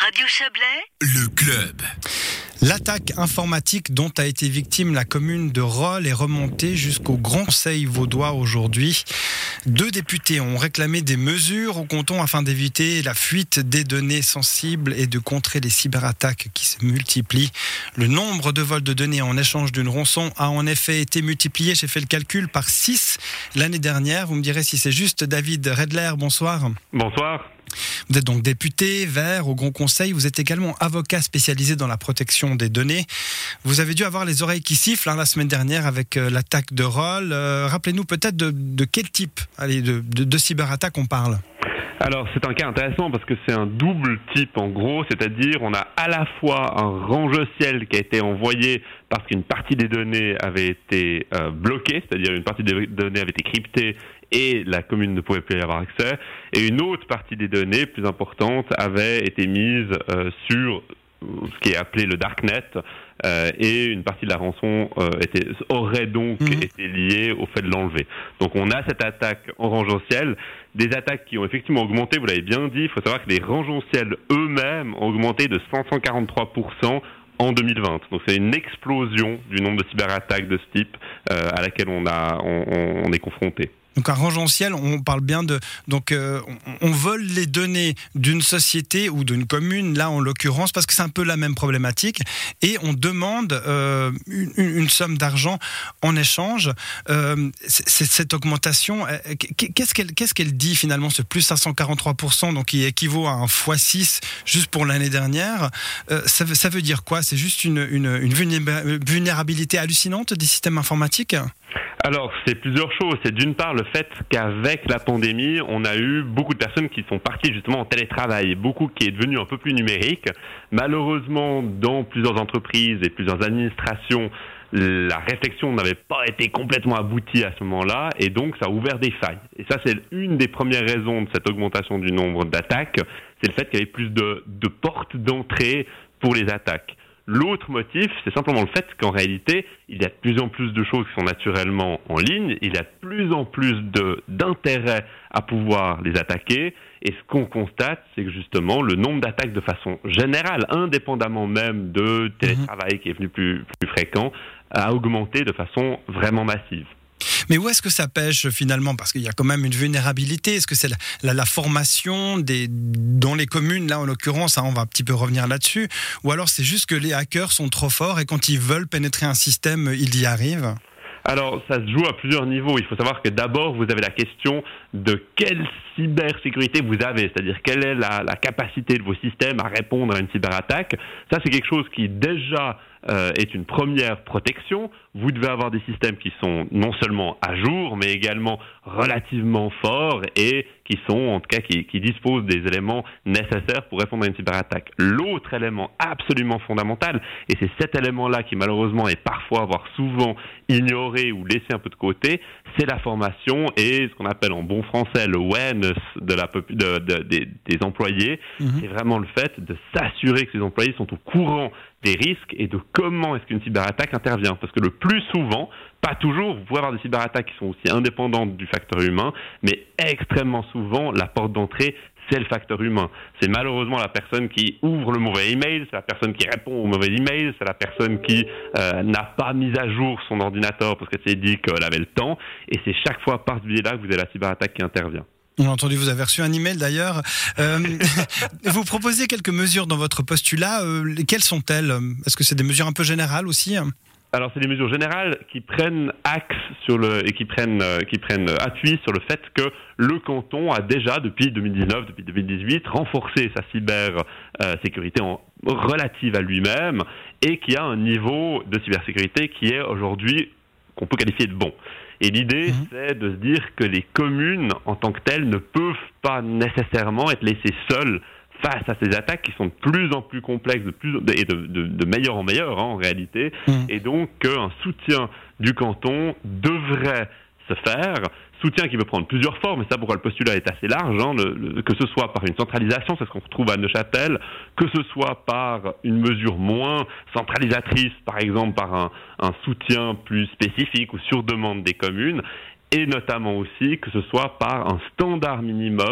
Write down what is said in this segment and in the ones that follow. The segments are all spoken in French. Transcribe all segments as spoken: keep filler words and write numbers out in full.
Radio Chablais, le club. L'attaque informatique dont a été victime la commune de Rolle est remontée jusqu'au Grand Conseil vaudois aujourd'hui. Deux députés ont réclamé des mesures au canton afin d'éviter la fuite des données sensibles et de contrer les cyberattaques qui se multiplient. Le nombre de vols de données en échange d'une rançon a en effet été multiplié, j'ai fait le calcul, par six l'année dernière. Vous me direz si c'est juste. David Redler, bonsoir. Bonsoir. Vous êtes donc député vert au Grand Conseil. Vous êtes également avocat spécialisé dans la protection des données. Vous avez dû avoir les oreilles qui sifflent hein, la semaine dernière avec euh, l'attaque de Rolle. Euh, rappelez-nous peut-être de, de quel type allez, de, de, de cyberattaque on parle. Alors c'est un cas intéressant parce que c'est un double type en gros, c'est-à-dire on a à la fois un range-ciel qui a été envoyé parce qu'une partie des données avait été euh, bloquée, c'est-à-dire une partie des données avait été cryptée et la commune ne pouvait plus y avoir accès, et une autre partie des données plus importante avait été mise euh, sur ce qui est appelé le darknet, euh, et une partie de la rançon euh, était, aurait donc mmh. été liée au fait de l'enlever. Donc on a cette attaque en rangenciel, des attaques qui ont effectivement augmenté, vous l'avez bien dit, il faut savoir que les rangenciels eux-mêmes ont augmenté de cinq cent quarante-trois pour cent en deux mille vingt. Donc c'est une explosion du nombre de cyberattaques de ce type euh, à laquelle on, a, on, on est confronté. Donc un rangenciel, on parle bien de... Donc euh, on, on vole les données d'une société ou d'une commune, là en l'occurrence, parce que c'est un peu la même problématique, et on demande euh, une, une somme d'argent en échange. Euh, c'est, cette augmentation, qu'est-ce qu'elle, qu'est-ce qu'elle dit finalement, ce plus cinq cent quarante-trois pour cent, donc qui équivaut à un fois six juste pour l'année dernière, euh, ça, veut, ça veut dire quoi? C'est juste une, une, une vulnérabilité hallucinante des systèmes informatiques? Alors, c'est plusieurs choses. C'est d'une part le fait qu'avec la pandémie, on a eu beaucoup de personnes qui sont parties justement en télétravail, beaucoup qui est devenu un peu plus numérique. Malheureusement, dans plusieurs entreprises et plusieurs administrations, la réflexion n'avait pas été complètement aboutie à ce moment-là, et donc ça a ouvert des failles. Et ça, c'est une des premières raisons de cette augmentation du nombre d'attaques, c'est le fait qu'il y avait plus de, de portes d'entrée pour les attaques. L'autre motif, c'est simplement le fait qu'en réalité, il y a de plus en plus de choses qui sont naturellement en ligne, il y a de plus en plus de, d'intérêt à pouvoir les attaquer, et ce qu'on constate, c'est que justement, le nombre d'attaques de façon générale, indépendamment même de télétravail qui est venu plus, plus fréquent, a augmenté de façon vraiment massive. Mais où est-ce que ça pêche finalement? Parce qu'il y a quand même une vulnérabilité. Est-ce que c'est la, la, la formation des, dans les communes, là en l'occurrence, hein, on va un petit peu revenir là-dessus, ou alors c'est juste que les hackers sont trop forts et quand ils veulent pénétrer un système, ils y arrivent? Alors, ça se joue à plusieurs niveaux. Il faut savoir que d'abord, vous avez la question de quelle cybersécurité vous avez, c'est-à-dire quelle est la, la capacité de vos systèmes à répondre à une cyberattaque. Ça, c'est quelque chose qui déjà euh, est une première protection. Vous devez avoir des systèmes qui sont non seulement à jour, mais également relativement forts et qui sont, en tout cas, qui, qui disposent des éléments nécessaires pour répondre à une cyberattaque. L'autre élément absolument fondamental, et c'est cet élément-là qui malheureusement est parfois, voire souvent ignoré ou laissé un peu de côté, c'est la formation et ce qu'on appelle en bon français le awareness de la, de, de, de, des, des employés. Mmh. C'est vraiment le fait de s'assurer que ces employés sont au courant des risques et de comment est-ce qu'une cyberattaque intervient. Parce que le plus souvent, pas toujours, vous pouvez avoir des cyberattaques qui sont aussi indépendantes du facteur humain, mais extrêmement souvent, la porte d'entrée, c'est le facteur humain. C'est malheureusement la personne qui ouvre le mauvais email, c'est la personne qui répond au mauvais email, c'est la personne qui euh, n'a pas mis à jour son ordinateur parce qu'elle s'est dit qu'elle avait le temps, et c'est chaque fois par ce biais-là que vous avez la cyberattaque qui intervient. On a entendu, vous avez reçu un email d'ailleurs. Euh, vous proposez quelques mesures dans votre postulat. Euh, quelles sont-elles? Est-ce que c'est des mesures un peu générales aussi? Alors, c'est des mesures générales qui prennent axe sur le et qui prennent euh, qui prennent appui sur le fait que le canton a déjà depuis deux mille dix-neuf, depuis deux mille dix-huit, renforcé sa cyber euh, sécurité en relative à lui-même et qui a un niveau de cybersécurité qui est aujourd'hui qu'on peut qualifier de bon. Et l'idée, mmh. c'est de se dire que les communes, en tant que telles, ne peuvent pas nécessairement être laissées seules face à ces attaques qui sont de plus en plus complexes de plus, et de, de, de meilleur en meilleur, hein, en réalité. Mmh. Et donc, qu'un soutien du canton devrait se faire. Soutien qui peut prendre plusieurs formes, et ça pourquoi le postulat est assez large, hein, le, le, que ce soit par une centralisation, c'est ce qu'on retrouve à Neuchâtel, que ce soit par une mesure moins centralisatrice, par exemple par un, un soutien plus spécifique ou sur demande des communes, et notamment aussi que ce soit par un standard minimum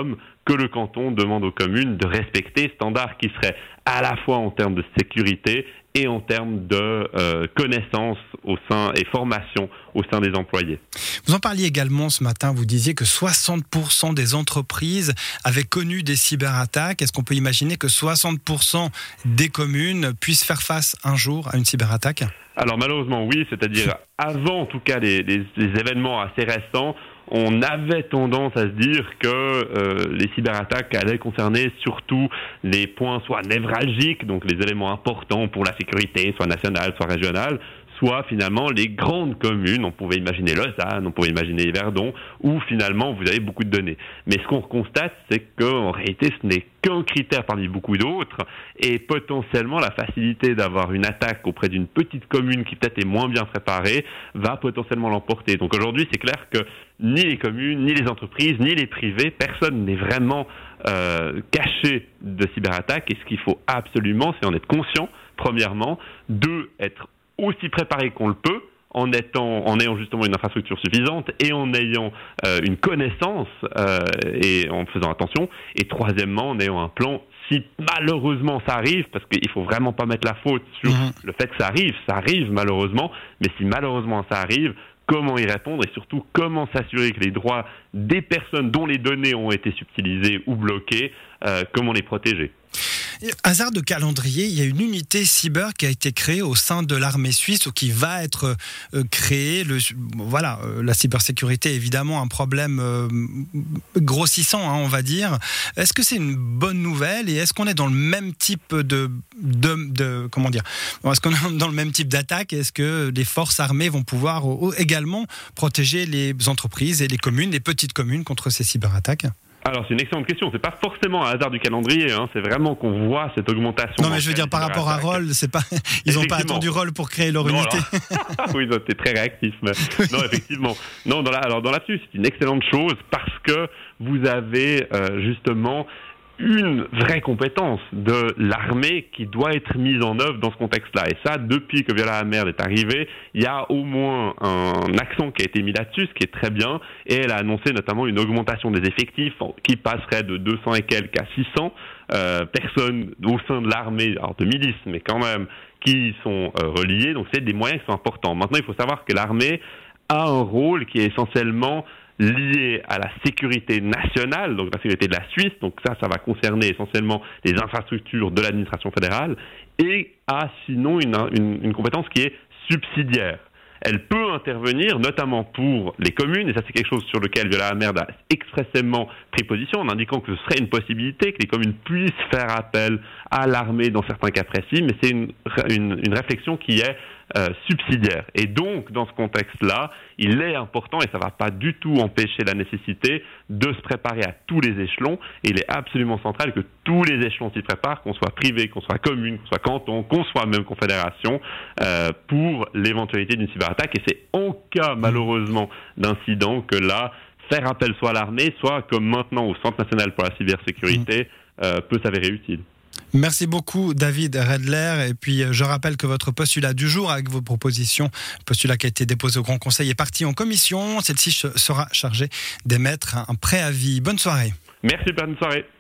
que le canton demande aux communes de respecter, standards qui seraient à la fois en termes de sécurité et en termes de euh, connaissances au sein et formation au sein des employés. Vous en parliez également ce matin, vous disiez que soixante pour cent des entreprises avaient connu des cyberattaques. Est-ce qu'on peut imaginer que soixante pour cent des communes puissent faire face un jour à une cyberattaque ? Alors malheureusement oui, c'est-à-dire avant en tout cas les, les, les événements assez récents, on avait tendance à se dire que euh, les cyberattaques allaient concerner surtout les points soit névralgiques, donc les éléments importants pour la sécurité, soit nationale, soit régionale, soit finalement les grandes communes, on pouvait imaginer Lausanne, on pouvait imaginer Verdon, où finalement vous avez beaucoup de données. Mais ce qu'on constate, c'est qu'en réalité ce n'est qu'un critère parmi beaucoup d'autres, et potentiellement la facilité d'avoir une attaque auprès d'une petite commune qui peut-être est moins bien préparée, va potentiellement l'emporter. Donc aujourd'hui c'est clair que ni les communes, ni les entreprises, ni les privés, personne n'est vraiment euh, caché de cyberattaque, et ce qu'il faut absolument, c'est en être conscient, premièrement, deux, être aussi préparé qu'on le peut, en étant, en ayant justement une infrastructure suffisante et en ayant euh, une connaissance euh, et en faisant attention. Et troisièmement, en ayant un plan si malheureusement ça arrive, parce qu'il faut vraiment pas mettre la faute sur mmh. le fait que ça arrive, ça arrive malheureusement, mais si malheureusement ça arrive, comment y répondre et surtout comment s'assurer que les droits des personnes dont les données ont été subtilisées ou bloquées, euh, comment les protéger. Hasard de calendrier, il y a une unité cyber qui a été créée au sein de l'armée suisse ou qui va être euh, créée. Le, voilà, euh, la cybersécurité est évidemment un problème euh, grossissant, hein, on va dire. Est-ce que c'est une bonne nouvelle et est-ce qu'on est dans le même type de, de, de comment dire, est-ce qu'on est dans le même type d'attaque? Est-ce que les forces armées vont pouvoir euh, également protéger les entreprises et les communes, les petites communes contre ces cyberattaques? Alors, c'est une excellente question. C'est pas forcément un hasard du calendrier, hein. C'est vraiment qu'on voit cette augmentation. Non, mais je veux dire, par rapport à Roll, c'est pas, ils n'ont pas attendu Roll pour créer leur non, unité. Oui, ils ont été très réactifs, mais non, effectivement. Non, dans la, alors, dans là-dessus, c'est une excellente chose parce que vous avez, euh, justement, une vraie compétence de l'armée qui doit être mise en œuvre dans ce contexte-là. Et ça, depuis que Viola Amherd est arrivée, il y a au moins un accent qui a été mis là-dessus, ce qui est très bien. Et elle a annoncé notamment une augmentation des effectifs qui passerait de deux cents et quelques à six cents euh, personnes au sein de l'armée, alors de milices, mais quand même, qui sont euh, reliées. Donc c'est des moyens qui sont importants. Maintenant, il faut savoir que l'armée a un rôle qui est essentiellement lié à la sécurité nationale, donc la sécurité de la Suisse, donc ça, ça va concerner essentiellement les infrastructures de l'administration fédérale, et a sinon une, une, une compétence qui est subsidiaire. Elle peut intervenir, notamment pour les communes, et ça c'est quelque chose sur lequel Viola Amherd a expressément pris position, en indiquant que ce serait une possibilité que les communes puissent faire appel à l'armée dans certains cas précis, mais c'est une, une, une réflexion qui est euh, subsidiaire. Et donc, dans ce contexte-là, il est important, et ça ne va pas du tout empêcher la nécessité de se préparer à tous les échelons, et il est absolument central que tous les échelons s'y préparent, qu'on soit privé, qu'on soit commune, qu'on soit canton, qu'on soit même confédération, euh, pour l'éventualité d'une cyberattaque. Et c'est en cas, malheureusement, d'incident que là, faire appel soit à l'armée, soit comme maintenant au Centre national pour la cybersécurité, euh, peut s'avérer utile. Merci beaucoup David Redler, et puis je rappelle que votre postulat du jour avec vos propositions, postulat qui a été déposé au Grand Conseil, est parti en commission. Celle-ci sera chargée d'émettre un préavis. Bonne soirée. Merci, bonne soirée.